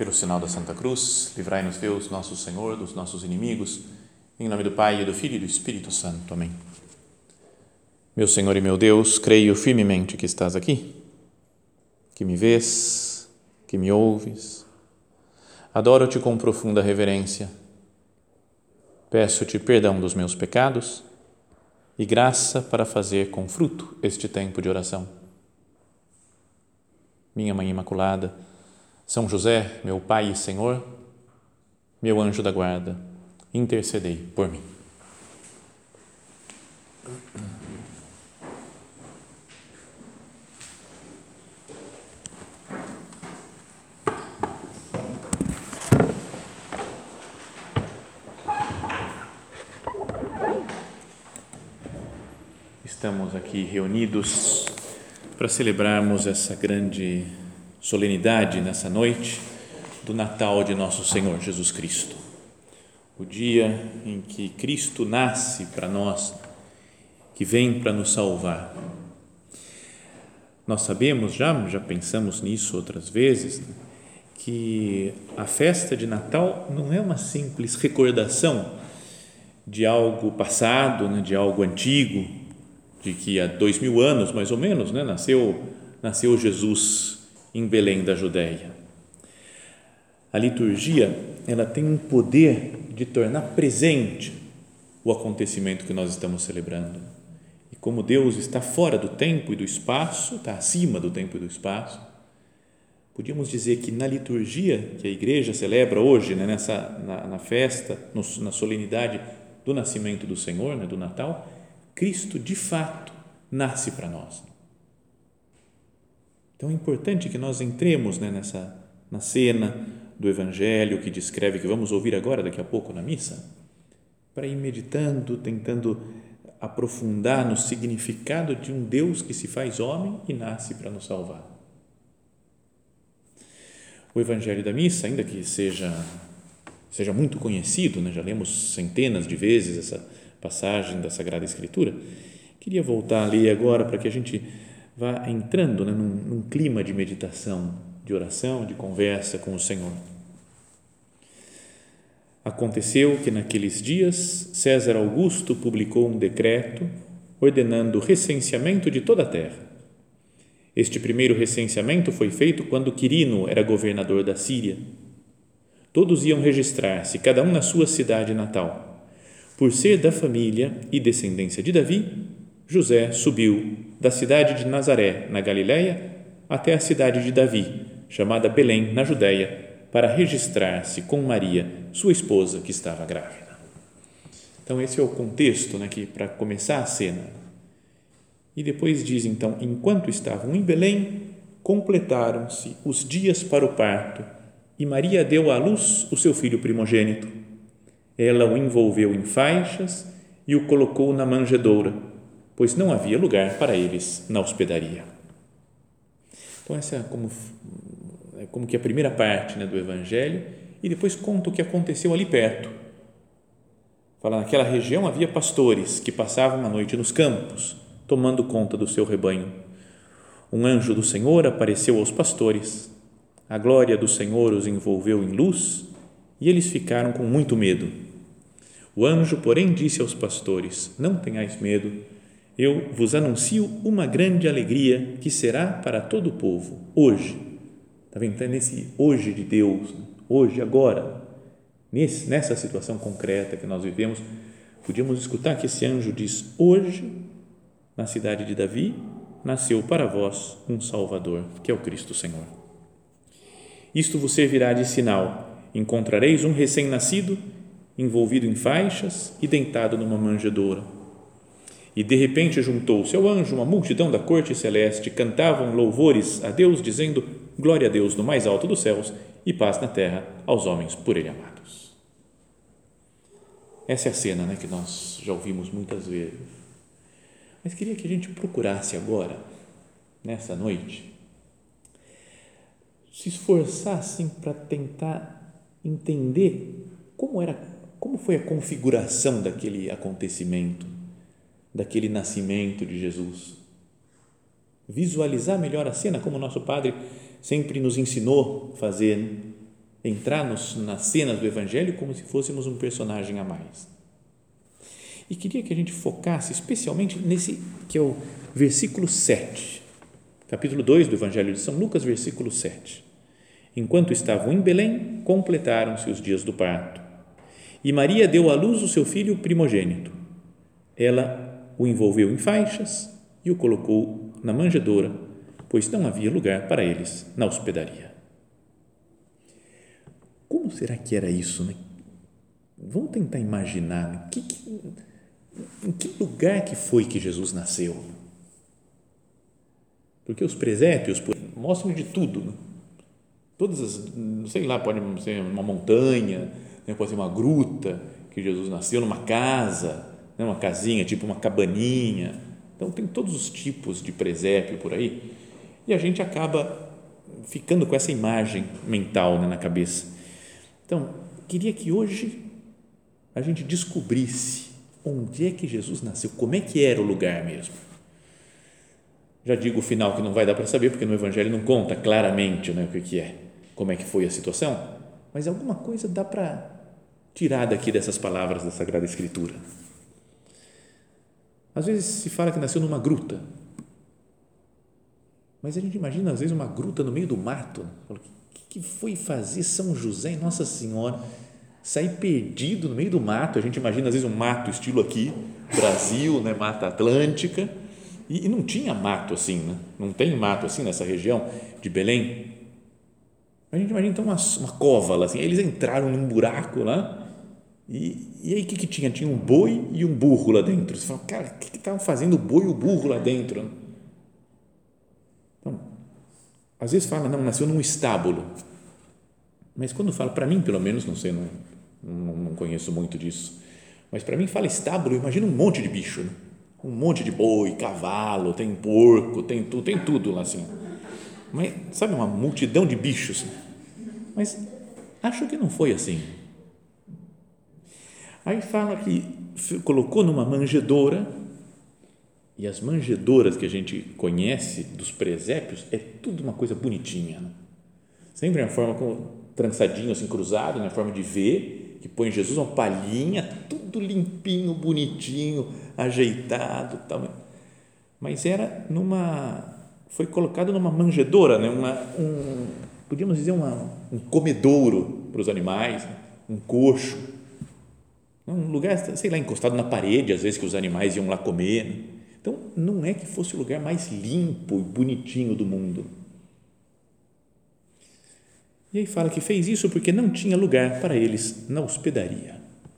Pelo sinal da Santa Cruz, livrai-nos Deus, nosso Senhor, dos nossos inimigos, em nome do Pai, e do Filho e do Espírito Santo. Amém. Meu Senhor e meu Deus, creio firmemente que estás aqui, que me vês, que me ouves. Adoro-te com profunda reverência. Peço-te perdão dos meus pecados e graça para fazer com fruto este tempo de oração. Minha Mãe Imaculada, São José, meu Pai e Senhor, meu anjo da guarda, intercedei por mim. Estamos aqui reunidos para celebrarmos essa grande solenidade nessa noite do Natal de nosso Senhor Jesus Cristo, o dia em que Cristo nasce para nós, que vem para nos salvar. Nós sabemos, já pensamos nisso outras vezes, que a festa de Natal não é uma simples recordação de algo passado, de algo antigo, de que há 2000 anos, mais ou menos, nasceu Jesus em Belém da Judéia. A liturgia, ela tem um poder de tornar presente o acontecimento que nós estamos celebrando. E como Deus está fora do tempo e do espaço, está acima do tempo e do espaço, podíamos dizer que na liturgia que a igreja celebra hoje, na festa, na solenidade do nascimento do Senhor, do Natal, Cristo de fato nasce para nós. Então é importante que nós entremos na cena do Evangelho que descreve, que vamos ouvir agora daqui a pouco na missa, para ir meditando, tentando aprofundar no significado de um Deus que se faz homem e nasce para nos salvar. O Evangelho da missa, ainda que seja muito conhecido, já lemos centenas de vezes essa passagem da Sagrada Escritura, queria voltar a ler agora para que a gente vá entrando num clima de meditação, de oração, de conversa com o Senhor. Aconteceu que naqueles dias César Augusto publicou um decreto ordenando o recenseamento de toda a terra. Este primeiro recenseamento foi feito quando Quirino era governador da Síria. Todos iam registrar-se, cada um na sua cidade natal. Por ser da família e descendência de Davi, José subiu da cidade de Nazaré, na Galiléia, até a cidade de Davi, chamada Belém, na Judéia, para registrar-se com Maria, sua esposa, que estava grávida. Então, esse é o contexto para começar a cena. E depois diz, então, enquanto estavam em Belém, completaram-se os dias para o parto e Maria deu à luz o seu filho primogênito. Ela o envolveu em faixas e o colocou na manjedoura, pois não havia lugar para eles na hospedaria. Então, essa é como que a primeira parte do Evangelho, e depois conta o que aconteceu ali perto. Fala, naquela região havia pastores que passavam a noite nos campos, tomando conta do seu rebanho. Um anjo do Senhor apareceu aos pastores. A glória do Senhor os envolveu em luz e eles ficaram com muito medo. O anjo, porém, disse aos pastores: não tenhais medo, eu vos anuncio uma grande alegria que será para todo o povo, hoje. Está vendo? Então, nesse hoje de Deus, hoje, agora, nessa situação concreta que nós vivemos, podíamos escutar que esse anjo diz: hoje, na cidade de Davi, nasceu para vós um Salvador, que é o Cristo Senhor. Isto vos servirá de sinal: encontrareis um recém-nascido envolvido em faixas e deitado numa manjedoura. E de repente juntou-se ao anjo uma multidão da corte celeste, cantavam louvores a Deus, dizendo: glória a Deus no mais alto dos céus e paz na terra aos homens por ele amados. Essa é a cena que nós já ouvimos muitas vezes, mas queria que a gente procurasse agora, nessa noite, se esforçar assim para tentar entender como foi a configuração daquele acontecimento, daquele nascimento de Jesus. Visualizar melhor a cena, como o nosso Padre sempre nos ensinou a fazer, entrar nas cenas do Evangelho como se fôssemos um personagem a mais. E queria que a gente focasse especialmente nesse que é o versículo 7, capítulo 2 do Evangelho de São Lucas, versículo 7. Enquanto estavam em Belém, completaram-se os dias do parto. E Maria deu à luz o seu filho primogênito. Ela o envolveu em faixas e o colocou na manjedoura, pois não havia lugar para eles na hospedaria. Como será que era isso, né? Vamos tentar imaginar, né? Em que lugar que foi que Jesus nasceu? Porque os presépios mostram de tudo, né? Todas as, sei lá, pode ser uma montanha, né? Pode ser uma gruta que Jesus nasceu, numa casa, né? Uma casinha, tipo uma cabaninha. Então tem todos os tipos de presépio por aí e a gente acaba ficando com essa imagem mental, né, na cabeça. Então, queria que hoje a gente descobrisse onde é que Jesus nasceu, como é que era o lugar mesmo. Já digo o final que não vai dar para saber, porque no Evangelho não conta claramente, né, o que é, como é que foi a situação, mas alguma coisa dá para tirar daqui dessas palavras da Sagrada Escritura. Às vezes se fala que nasceu numa gruta, mas a gente imagina às vezes uma gruta no meio do mato. O que foi fazer São José e Nossa Senhora sair perdido no meio do mato? A gente imagina às vezes um mato estilo aqui, Brasil, né, Mata Atlântica, e não tinha mato assim, né? Não tem mato assim nessa região de Belém. A gente imagina então uma cova lá, assim, eles entraram num buraco lá, e aí o que tinha? Tinha um boi e um burro lá dentro. Você fala, cara, o que estavam fazendo o boi e o burro lá dentro? Então, às vezes fala, não, nasceu num estábulo, mas quando fala, para mim pelo menos, não sei, não conheço muito disso, mas para mim fala estábulo, eu imagino um monte de bicho, né? Um monte de boi, cavalo, tem porco, tem tudo lá assim, mas sabe, uma multidão de bichos, mas acho que não foi assim. Aí fala que colocou numa manjedoura, e as manjedouras que a gente conhece dos presépios é tudo uma coisa bonitinha, né? Sempre uma forma com trançadinho assim, cruzado, na forma de V, que põe Jesus, uma palhinha, tudo limpinho, bonitinho, ajeitado, tal. Mas era foi colocado numa manjedoura, né? Podíamos dizer um comedouro para os animais, um coxo, um lugar, sei lá, encostado na parede, às vezes que os animais iam lá comer, né? Então não é que fosse o lugar mais limpo e bonitinho do mundo. E aí fala que fez isso porque não tinha lugar para eles na hospedaria.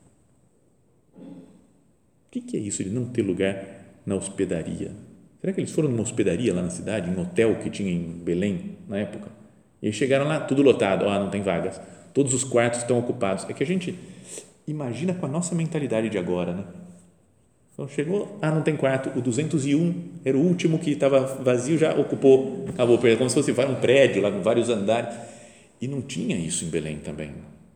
O que é isso de não ter lugar na hospedaria? Será que eles foram numa hospedaria lá na cidade, em um hotel que tinha em Belém na época? E aí chegaram lá, tudo lotado, não tem vagas, todos os quartos estão ocupados. É que a gente imagina com a nossa mentalidade de agora, né? Então chegou, não tem quarto, o 201 era o último que estava vazio, já ocupou, acabou, como se fosse um prédio lá com vários andares. E não tinha isso em Belém também.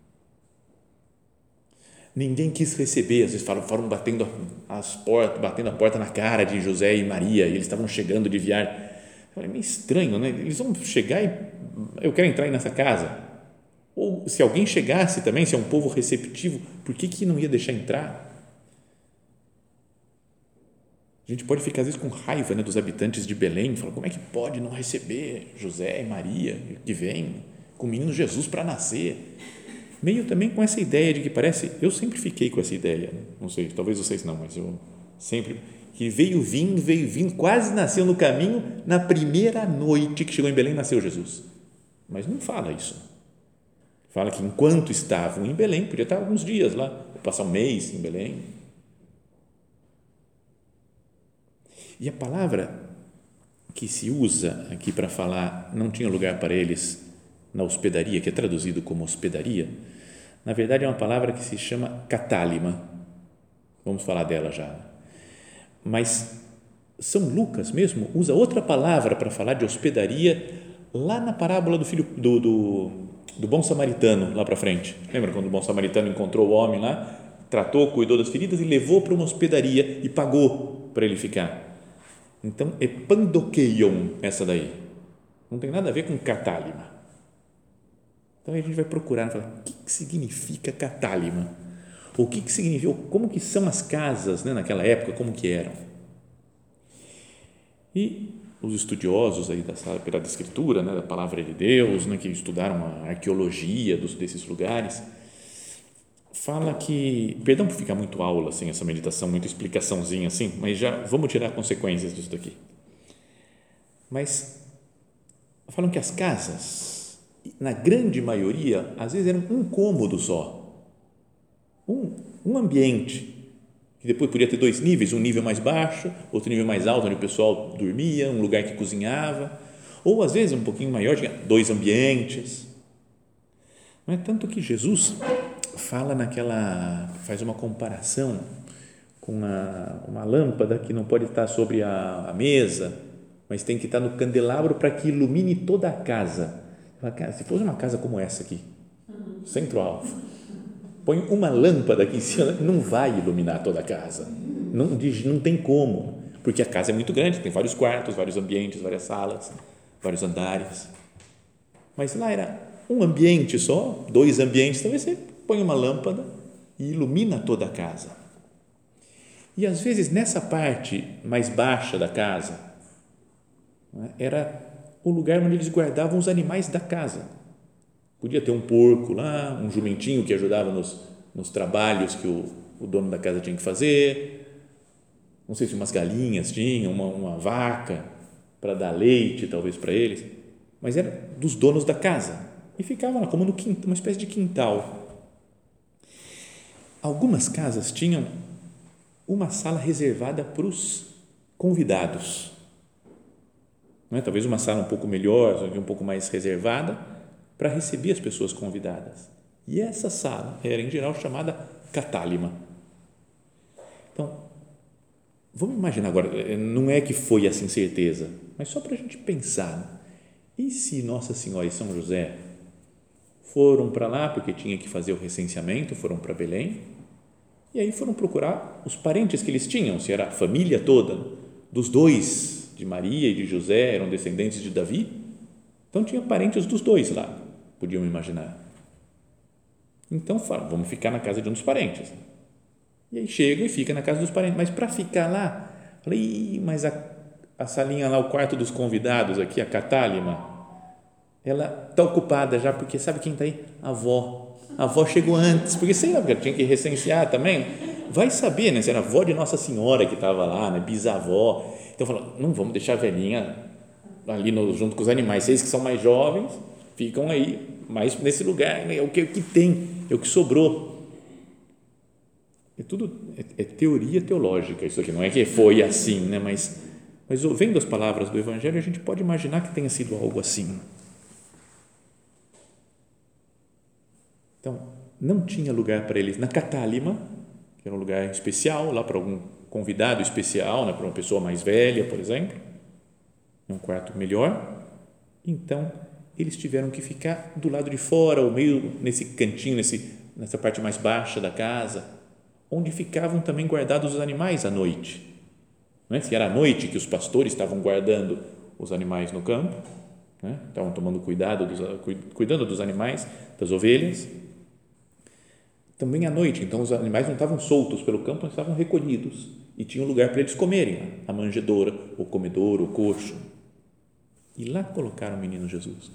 Ninguém quis receber, às vezes foram batendo a porta na cara de José e Maria, e eles estavam chegando de viagem. É meio estranho, né? Eles vão chegar e eu quero entrar aí nessa casa. Ou se alguém chegasse também, se é um povo receptivo, por que não ia deixar entrar? A gente pode ficar às vezes com raiva, né, dos habitantes de Belém, falar, como é que pode não receber José e Maria que vem com o menino Jesus para nascer? Meio também com essa ideia de que parece, eu sempre fiquei com essa ideia, né? Não sei, talvez vocês não, mas eu sempre, que veio vindo, quase nasceu no caminho, na primeira noite que chegou em Belém, nasceu Jesus. Mas não fala isso. Fala que enquanto estavam em Belém, podia estar alguns dias lá, passar um mês em Belém. E a palavra que se usa aqui para falar não tinha lugar para eles na hospedaria, que é traduzido como hospedaria, na verdade é uma palavra que se chama catálima. Vamos falar dela já. Mas São Lucas mesmo usa outra palavra para falar de hospedaria lá na parábola do filho do bom samaritano, lá para frente. Lembra quando o bom samaritano encontrou o homem lá, tratou, cuidou das feridas e levou para uma hospedaria e pagou para ele ficar. Então, é pandokeion essa daí. Não tem nada a ver com catálima. Então a gente vai procurar, falar, o que significa catálima? O que significa, como que são as casas, né, naquela época, como que eram? E os estudiosos aí pela Escritura, né, da Palavra de Deus, né, que estudaram a arqueologia desses lugares, fala que, perdão por ficar muito aula, assim, essa meditação, muita explicaçãozinha assim, mas já vamos tirar consequências disso daqui. Mas falam que as casas, na grande maioria, às vezes eram um cômodo só, um ambiente, que depois podia ter 2 níveis, um nível mais baixo, outro nível mais alto, onde o pessoal dormia, um lugar que cozinhava, ou às vezes um pouquinho maior, tinha 2 ambientes. Não é tanto que Jesus fala faz uma comparação com uma lâmpada que não pode estar sobre a mesa, mas tem que estar no candelabro para que ilumine toda a casa. Se fosse uma casa como essa aqui, centro-alvo, põe uma lâmpada aqui em cima, não vai iluminar toda a casa, não tem como, porque a casa é muito grande, tem vários quartos, vários ambientes, várias salas, vários andares, mas lá era um ambiente só, 2 ambientes, talvez você põe uma lâmpada e ilumina toda a casa. E às vezes nessa parte mais baixa da casa, né, era o lugar onde eles guardavam os animais da casa. Podia ter um porco lá, um jumentinho que ajudava nos trabalhos que o dono da casa tinha que fazer, não sei se umas galinhas tinham, uma vaca para dar leite talvez para eles, mas era dos donos da casa e ficava lá como no quintal, uma espécie de quintal. Algumas casas tinham uma sala reservada para os convidados, não é? Talvez uma sala um pouco melhor, um pouco mais reservada para receber as pessoas convidadas. E essa sala era, em geral, chamada catálima. Então, vamos imaginar agora, não é que foi assim certeza, mas só para a gente pensar, e se Nossa Senhora e São José foram para lá porque tinha que fazer o recenseamento, foram para Belém, e aí foram procurar os parentes que eles tinham, se era a família toda, dos 2, de Maria e de José, eram descendentes de Davi, então tinha parentes dos 2 lá, podiam imaginar. Então falam, vamos ficar na casa de um dos parentes. E aí chega e fica na casa dos parentes, mas para ficar lá, falei, mas a salinha lá, o quarto dos convidados aqui, a catálima, ela está ocupada já, porque sabe quem está aí? A avó chegou antes, porque sei lá, porque ela tinha que recensear também, vai saber, né, se era a avó de Nossa Senhora que estava lá, né, bisavó, então falou, não vamos deixar a velhinha ali junto com os animais, vocês que são mais jovens, ficam aí, mais nesse lugar, né, é o que tem, é o que sobrou. É teoria teológica isso aqui, não é que foi assim, né, mas vendo as palavras do Evangelho, a gente pode imaginar que tenha sido algo assim. Então, não tinha lugar para eles na catálima, que era um lugar especial, lá para algum convidado especial, né, para uma pessoa mais velha, por exemplo, um quarto melhor. Então, eles tiveram que ficar do lado de fora, ou meio nesse cantinho, nessa parte mais baixa da casa, onde ficavam também guardados os animais à noite. Não é? Se era à noite que os pastores estavam guardando os animais no campo, né? Estavam tomando cuidando dos animais, das ovelhas, também à noite, então os animais não estavam soltos pelo campo, eles estavam recolhidos e tinha um lugar para eles comerem, a manjedoura, o comedouro, o coxo, e lá colocaram o menino Jesus.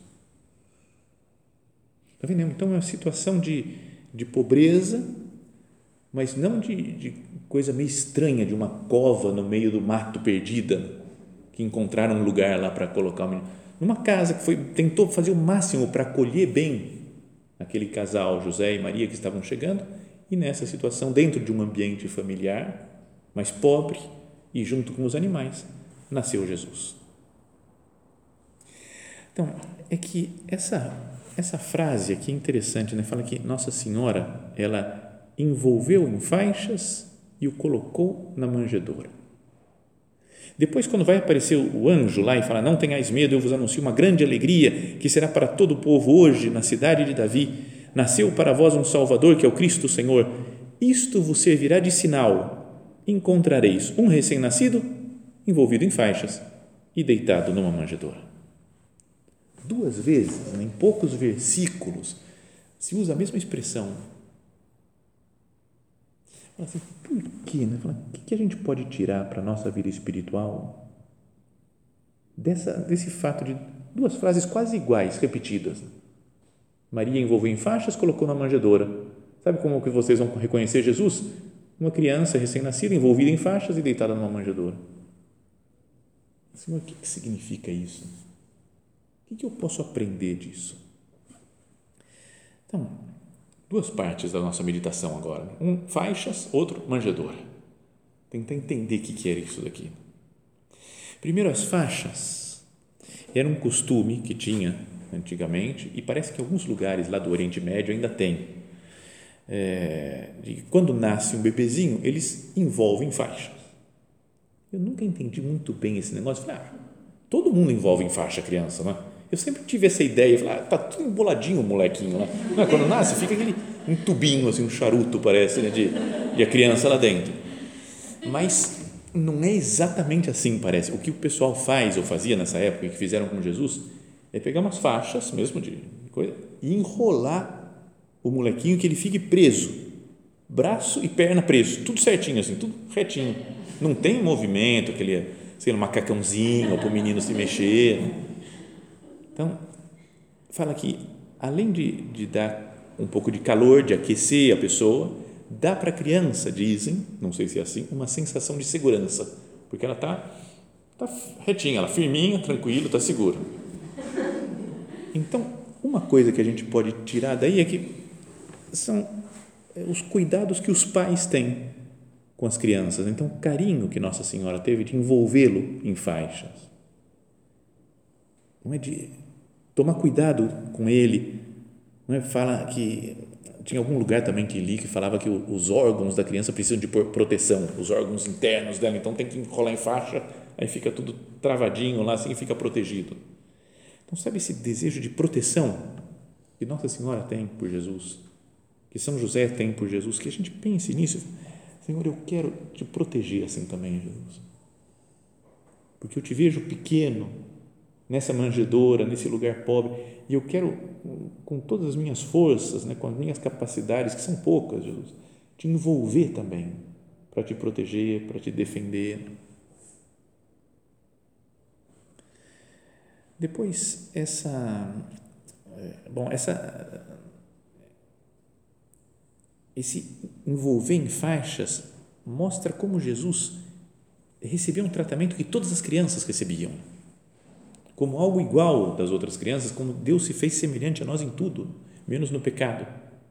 Está vendo? Então é uma situação de pobreza, mas não de coisa meio estranha, de uma cova no meio do mato perdida, que encontraram um lugar lá para colocar o menino, numa casa que tentou fazer o máximo para acolher bem aquele casal, José e Maria, que estavam chegando, e nessa situação, dentro de um ambiente familiar, mais pobre, e junto com os animais, nasceu Jesus. Então, é que essa frase aqui é interessante, né? Fala que Nossa Senhora, ela envolveu em faixas e o colocou na manjedoura. Depois, quando vai aparecer o anjo lá e fala, não tenhais medo, eu vos anuncio uma grande alegria, que será para todo o povo hoje, na cidade de Davi, nasceu para vós um Salvador, que é o Cristo Senhor, isto vos servirá de sinal, encontrareis um recém-nascido envolvido em faixas e deitado numa manjedoura. 2 vezes, né, em poucos versículos, se usa a mesma expressão. Fala assim, por quê? Né? Fala, o que a gente pode tirar para a nossa vida espiritual desse fato de 2 frases quase iguais, repetidas? Maria envolveu em faixas, colocou na manjedoura. Sabe como que vocês vão reconhecer Jesus? Uma criança recém-nascida envolvida em faixas e deitada numa manjedoura. Senhor, o que significa isso? O que eu posso aprender disso? Então, 2 partes da nossa meditação agora. Um, faixas, outro, manjedoura. Tentar entender o que era isso daqui. Primeiro, as faixas. Era um costume que tinha antigamente, e parece que em alguns lugares lá do Oriente Médio ainda tem. Quando nasce um bebezinho, eles envolvem faixas. Eu nunca entendi muito bem esse negócio. Falei, todo mundo envolve em faixa a criança, né? Eu sempre tive essa ideia, falei, tá tudo emboladinho o molequinho, né? Não é? Quando nasce, fica um tubinho, assim, um charuto, parece, né? de a criança lá dentro. Mas não é exatamente assim, parece. O que o pessoal faz ou fazia nessa época, que fizeram com Jesus, é pegar umas faixas mesmo de coisa e enrolar o molequinho que ele fique preso, braço e perna preso, tudo certinho assim, tudo retinho, não tem movimento, aquele, sei lá, macacãozinho para o menino se mexer. Então, fala que além de dar um pouco de calor, de aquecer a pessoa, dá para a criança, dizem, não sei se é assim, uma sensação de segurança, porque ela tá retinha, ela firminha, tranquilo, está segura. Então, uma coisa que a gente pode tirar daí é que são os cuidados que os pais têm com as crianças. Então, o carinho que Nossa Senhora teve de envolvê-lo em faixas. Não é de tomar cuidado com ele. Não é? Fala que tinha algum lugar também que li que falava que os órgãos da criança precisam de proteção, os órgãos internos dela, então tem que enrolar em faixa, aí fica tudo travadinho lá, assim, e fica protegido. Então, sabe esse desejo de proteção que Nossa Senhora tem por Jesus, que São José tem por Jesus, que a gente pense nisso. Senhor, eu quero te proteger assim também, Jesus, porque eu te vejo pequeno nessa manjedoura, nesse lugar pobre, e eu quero, com todas as minhas forças, né, com as minhas capacidades, que são poucas, Jesus, te envolver também, para te proteger, para te defender. Depois, esse envolver em faixas mostra como Jesus recebeu um tratamento que todas as crianças recebiam, como algo igual das outras crianças, como Deus se fez semelhante a nós em tudo, menos no pecado.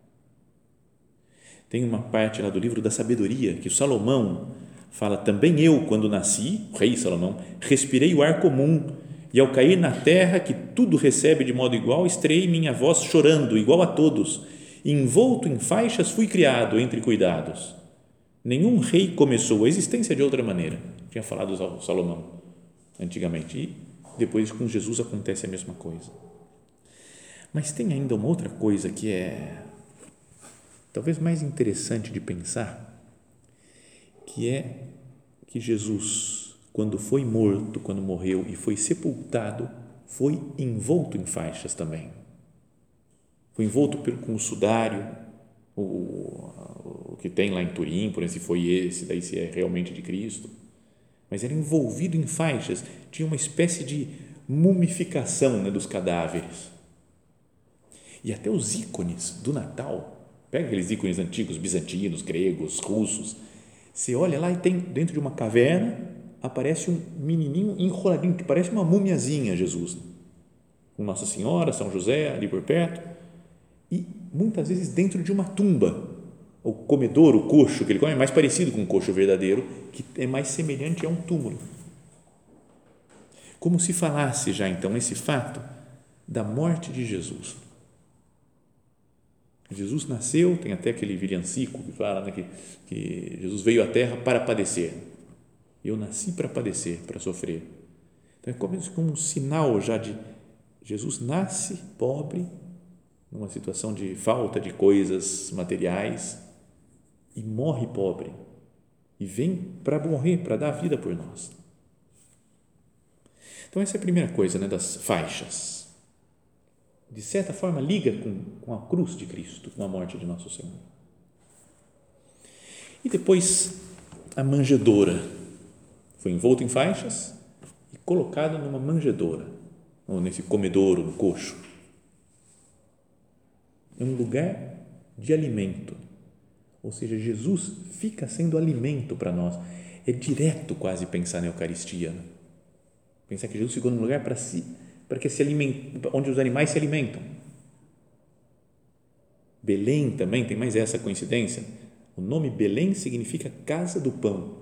Tem uma parte lá do livro da sabedoria que o Salomão fala, também eu, quando nasci, o rei Salomão, respirei o ar comum, e ao cair na terra, que tudo recebe de modo igual, estreiei minha voz chorando, igual a todos, envolto em faixas fui criado entre cuidados. Nenhum rei começou a existência de outra maneira. Tinha falado Salomão antigamente. E depois com Jesus acontece a mesma coisa. Mas tem ainda uma outra coisa que é talvez mais interessante de pensar, que é que Jesus, quando foi morto, quando morreu e foi sepultado, foi envolto em faixas também. Foi envolto com o sudário, o que tem lá em Turim, por exemplo, se foi esse, daí se é realmente de Cristo, mas era envolvido em faixas, tinha uma espécie de mumificação, né, dos cadáveres. E até os ícones do Natal, pega aqueles ícones antigos, bizantinos, gregos, russos, você olha lá e tem dentro de uma caverna, aparece um menininho enroladinho, que parece uma mumiazinha, Jesus, com Nossa Senhora, São José ali por perto, e muitas vezes dentro de uma tumba, o comedouro, o coxo que ele come é mais parecido com um coxo verdadeiro, que é mais semelhante a um túmulo, como se falasse já então esse fato da morte de Jesus. Jesus nasceu, tem até aquele villancico que fala, né, que Jesus veio à terra para padecer. Eu nasci para padecer, para sofrer. Então é como um sinal já de Jesus nasce pobre, numa situação de falta de coisas materiais, e morre pobre, e vem para morrer, para dar a vida por nós. Então essa é a primeira coisa, né, das faixas. de certa forma, liga com a cruz de Cristo, com a morte de nosso Senhor. E depois, a manjedoura. Foi envolto em faixas e colocado numa manjedoura, ou nesse comedouro, no coxo. É um lugar de alimento. Ou seja, Jesus fica sendo alimento para nós. É direto quase pensar na Eucaristia. Né? Pensar que Jesus ficou num lugar para que se alimente, onde os animais se alimentam. Belém também tem mais essa coincidência. O nome Belém significa casa do pão.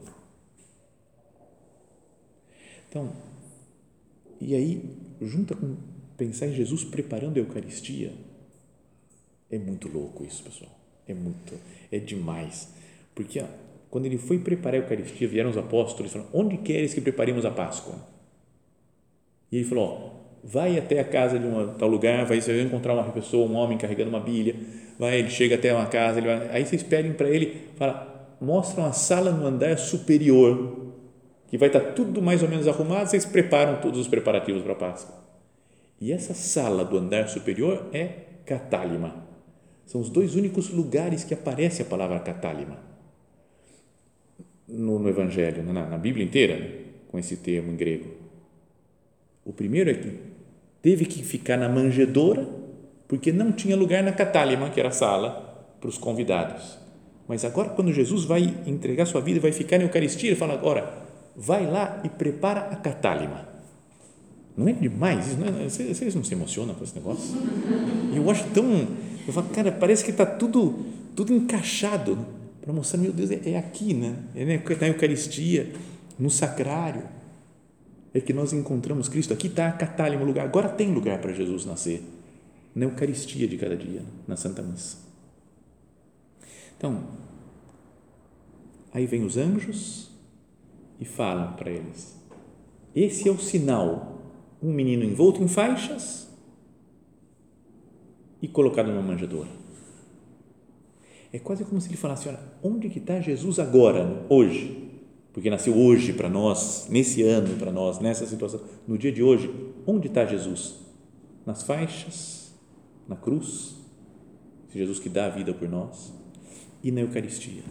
Então, e aí, junta com pensar em Jesus preparando a Eucaristia, é muito louco isso, pessoal. É demais. Porque quando ele foi preparar a Eucaristia, vieram os apóstolos e falaram: onde queres que preparemos a Páscoa? E ele falou: vai até a casa de tal lugar, você vai encontrar uma pessoa, um homem carregando uma bilha, ele chega até uma casa, aí vocês pedem para ele, mostra uma sala no andar superior, que vai estar tudo mais ou menos arrumado, vocês preparam todos os preparativos para a Páscoa. E essa sala do andar superior é Catálima. São os dois únicos lugares que aparece a palavra Catálima no Evangelho, na Bíblia inteira, né, com esse termo em grego. O primeiro é que teve que ficar na manjedoura porque não tinha lugar na Catálima, que era a sala para os convidados. Mas agora, quando Jesus vai entregar sua vida e vai ficar na Eucaristia, ele fala: agora, vai lá e prepara a Catálima. Não é demais isso? Vocês não se emocionam com esse negócio? Eu acho eu falo, cara, parece que está tudo encaixado para mostrar, meu Deus, é aqui, né? É na Eucaristia, no sacrário, é que nós encontramos Cristo. Aqui está a Catálima, o lugar. Agora tem lugar para Jesus nascer, na Eucaristia de cada dia, na Santa Missa. Então, aí vem os anjos e falam para eles: esse é o sinal, um menino envolto em faixas e colocado numa manjedoura. É quase como se ele falasse: olha, onde que está Jesus agora, hoje? Porque nasceu hoje para nós, nesse ano para nós, nessa situação, no dia de hoje. Onde está Jesus? Nas faixas, na cruz, Jesus que dá a vida por nós, e na Eucaristia.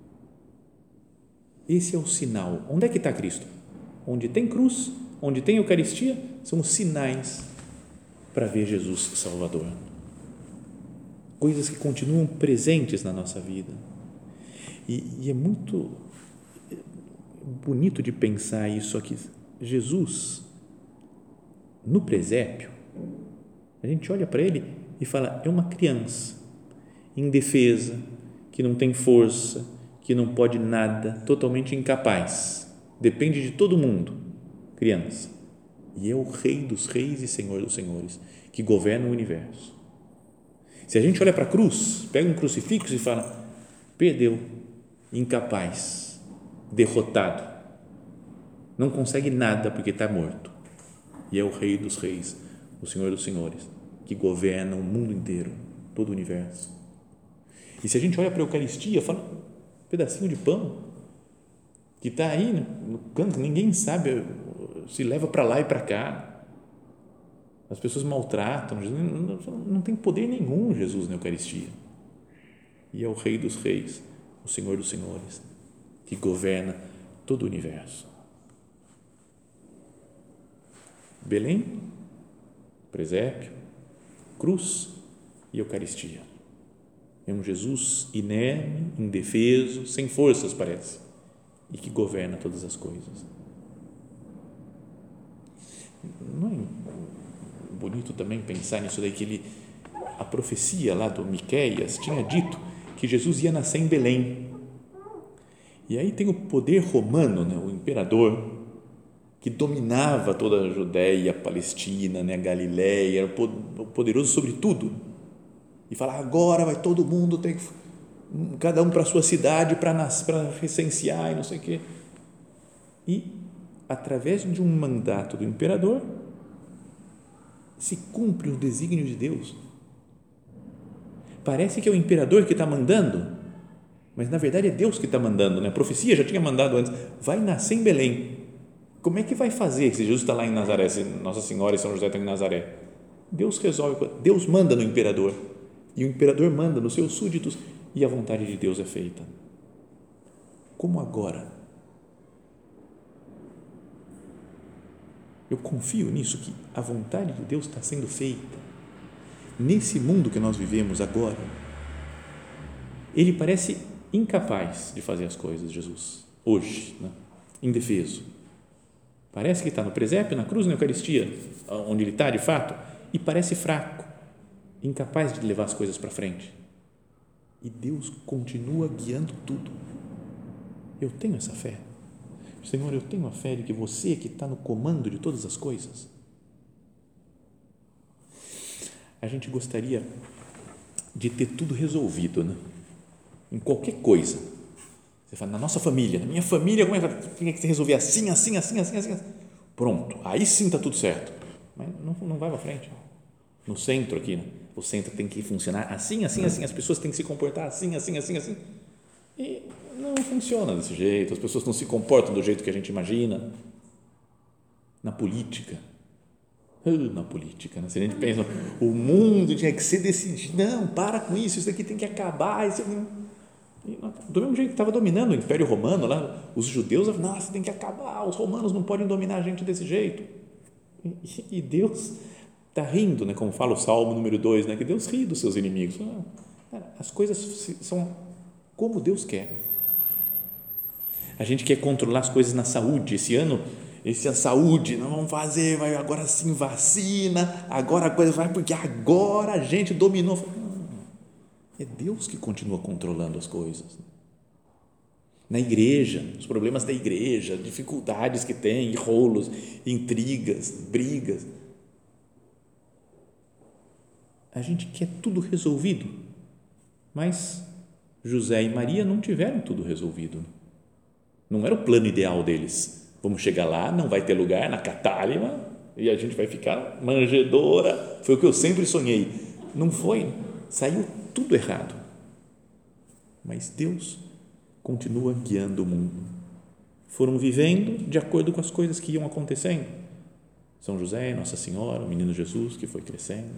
Esse é o sinal. Onde é que está Cristo? Onde tem cruz, onde tem Eucaristia, são os sinais para ver Jesus Salvador. Coisas que continuam presentes na nossa vida. E é muito bonito de pensar isso aqui. Jesus, no presépio, a gente olha para ele e fala: é uma criança, indefesa, que não tem força, que não pode nada, totalmente incapaz, depende de todo mundo, criança. E é o Rei dos Reis e Senhor dos Senhores, que governa o universo. Se a gente olha para a cruz, pega um crucifixo e fala: perdeu, incapaz, derrotado, não consegue nada porque está morto. E é o Rei dos Reis, o Senhor dos Senhores, que governa o mundo inteiro, todo o universo. E se a gente olha para a Eucaristia, fala: um pedacinho de pão que está aí no canto, ninguém sabe, se leva para lá e para cá. As pessoas maltratam, não tem poder nenhum Jesus na Eucaristia. E é o Rei dos Reis, o Senhor dos Senhores, que governa todo o universo. Belém, presépio, cruz e Eucaristia. É um Jesus inerme, indefeso, sem forças, parece, e que governa todas as coisas. Não é bonito também pensar nisso daí, que a profecia lá do Miqueias tinha dito que Jesus ia nascer em Belém. E aí tem o poder romano, né, o imperador, que dominava toda a Judéia, a Palestina, né, a Galileia, era poderoso sobre tudo. E fala: agora vai todo mundo ter que, cada um para a sua cidade para recensear e não sei o quê. E através de um mandato do imperador se cumpre o desígnio de Deus. Parece que é o imperador que está mandando, mas na verdade é Deus que está mandando, né? A profecia já tinha mandado antes: vai nascer em Belém. Como é que vai fazer se Jesus está lá em Nazaré, se Nossa Senhora e São José estão em Nazaré? Deus resolve, Deus manda no imperador e o imperador manda nos seus súditos e a vontade de Deus é feita. Como agora? Eu confio nisso, que a vontade de Deus está sendo feita. Nesse mundo que nós vivemos agora, ele parece incapaz de fazer as coisas, Jesus, hoje, né? Indefeso. Parece que está no presépio, na cruz, na Eucaristia, onde ele está de fato, e parece fraco, incapaz de levar as coisas para frente. E Deus continua guiando tudo. Eu tenho essa fé. Senhor, eu tenho a fé de que você que está no comando de todas as coisas. A gente gostaria de ter tudo resolvido, né? Em qualquer coisa. Você fala, na nossa família, na minha família, como é que tem que resolver assim, assim, assim, assim, assim. Pronto, aí sim está tudo certo. Mas não vai para frente. No centro aqui, né? O centro tem que funcionar assim, assim, assim. As pessoas têm que se comportar assim, assim, assim, assim. E não funciona desse jeito. As pessoas não se comportam do jeito que a gente imagina. Na política. Na política, né? Se a gente pensa, o mundo tinha que ser decidido. Não, para com isso daqui tem que acabar. Isso do mesmo jeito que estava dominando o Império Romano, lá, os judeus, nossa, tem que acabar, os romanos não podem dominar a gente desse jeito. E Deus está rindo, né? Como fala o Salmo número 2, né? Que Deus ri dos seus inimigos. As coisas são como Deus quer. A gente quer controlar as coisas na saúde. Esse ano, a saúde, não vamos fazer, vai agora sim vacina, agora a coisa vai, porque agora a gente dominou. É Deus que continua controlando as coisas. Na igreja, os problemas da igreja, dificuldades que tem, rolos, intrigas, brigas. A gente quer tudo resolvido, mas José e Maria não tiveram tudo resolvido. Não era o plano ideal deles. Vamos chegar lá, não vai ter lugar na catálima e a gente vai ficar manjedoura. Foi o que eu sempre sonhei. Não foi, saiu tudo errado. Mas Deus continua guiando o mundo. Foram vivendo de acordo com as coisas que iam acontecendo. São José, Nossa Senhora, o menino Jesus que foi crescendo.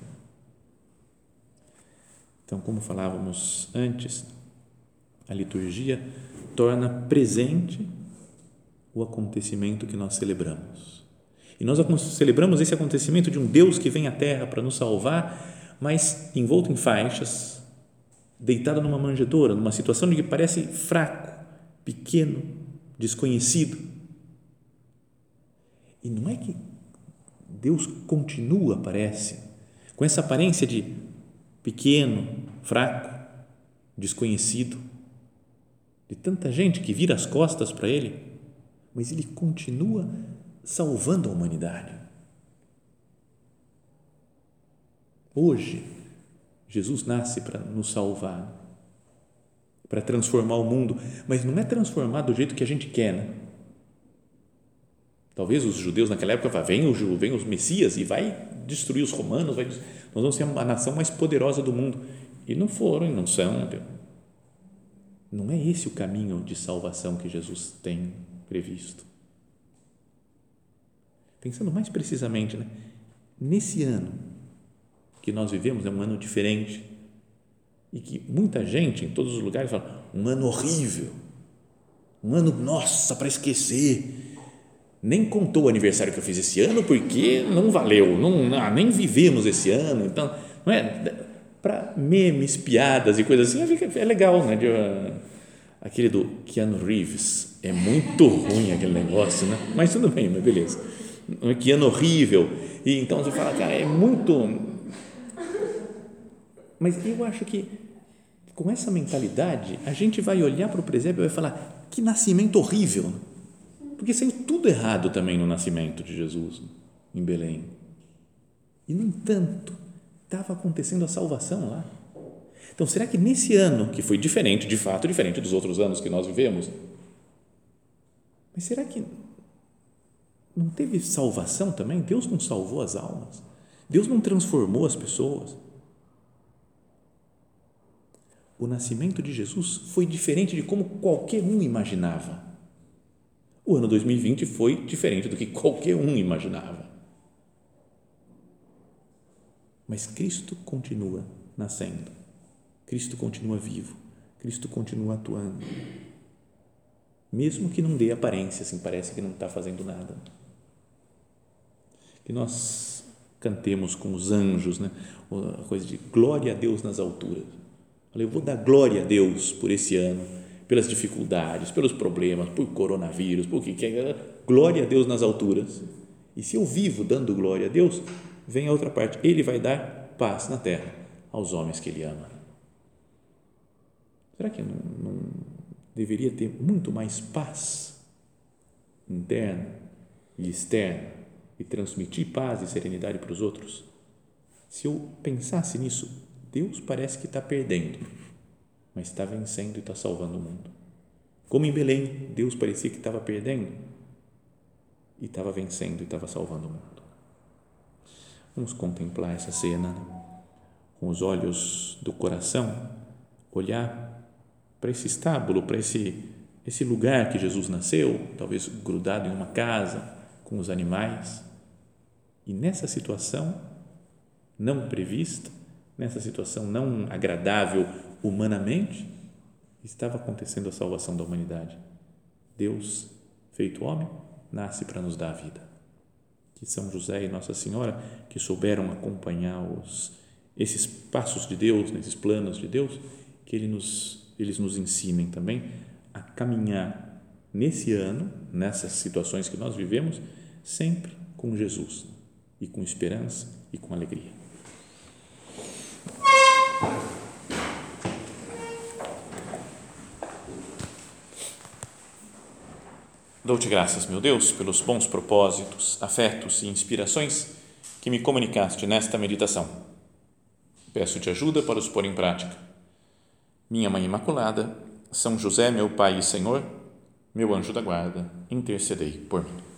Então, como falávamos antes, a liturgia torna presente o acontecimento que nós celebramos. E nós celebramos esse acontecimento de um Deus que vem à Terra para nos salvar, mas envolto em faixas, deitado numa manjedoura, numa situação de que parece fraco, pequeno, desconhecido. E não é que Deus continua, parece, com essa aparência de pequeno, fraco, desconhecido, de tanta gente que vira as costas para Ele, mas Ele continua salvando a humanidade. Hoje, Jesus nasce para nos salvar, para transformar o mundo, mas não é transformar do jeito que a gente quer, né? Talvez os judeus naquela época falam, vem o Messias e vai destruir os romanos, nós vamos ser a nação mais poderosa do mundo. E não foram, e não são. Não é esse o caminho de salvação que Jesus tem previsto. Pensando mais precisamente, né? Nesse ano que nós vivemos, é um ano diferente e que muita gente em todos os lugares fala, um ano horrível, um ano, nossa, para esquecer, nem contou o aniversário que eu fiz esse ano porque não valeu, nem vivemos esse ano, então, não é, para memes, piadas e coisas assim, é legal, né? Aquele do Keanu Reeves, é muito ruim aquele negócio, né? Mas tudo bem, mas beleza, Keanu horrível, e então você fala, cara, é muito, mas eu acho que com essa mentalidade a gente vai olhar para o presépio e vai falar, que nascimento horrível, né? Porque saiu tudo errado também no nascimento de Jesus em Belém. E, no entanto, estava acontecendo a salvação lá. Então, será que nesse ano, que foi diferente, de fato, diferente dos outros anos que nós vivemos, mas será que não teve salvação também? Deus não salvou as almas? Deus não transformou as pessoas? O nascimento de Jesus foi diferente de como qualquer um imaginava. O ano 2020 foi diferente do que qualquer um imaginava. mas Cristo continua nascendo, Cristo continua vivo, Cristo continua atuando, mesmo que não dê aparência, assim, parece que não está fazendo nada. Que nós cantemos com os anjos, né? A coisa de glória a Deus nas alturas. Eu vou dar glória a Deus por esse ano, pelas dificuldades, pelos problemas, por coronavírus, por que é, glória a Deus nas alturas. E se eu vivo dando glória a Deus, vem a outra parte, Ele vai dar paz na terra aos homens que Ele ama. Será que não deveria ter muito mais paz interna e externa e transmitir paz e serenidade para os outros? Se eu pensasse nisso, Deus parece que está perdendo, mas está vencendo e está salvando o mundo. Como em Belém, Deus parecia que estava perdendo e estava vencendo e estava salvando o mundo. Vamos contemplar essa cena, né? Com os olhos do coração, olhar para esse estábulo, para esse lugar que Jesus nasceu, talvez grudado em uma casa com os animais, e nessa situação não prevista, nessa situação não agradável humanamente, estava acontecendo a salvação da humanidade. Deus, feito homem, nasce para nos dar a vida. Que São José e Nossa Senhora, que souberam acompanhar esses passos de Deus, esses planos de Deus, que eles nos ensinem também a caminhar nesse ano, nessas situações que nós vivemos, sempre com Jesus e com esperança e com alegria. Dou-te graças, meu Deus, pelos bons propósitos, afetos e inspirações que me comunicaste nesta meditação. Peço-te ajuda para os pôr em prática. Minha Mãe Imaculada, São José, meu Pai e Senhor, meu anjo da guarda, intercedei por mim.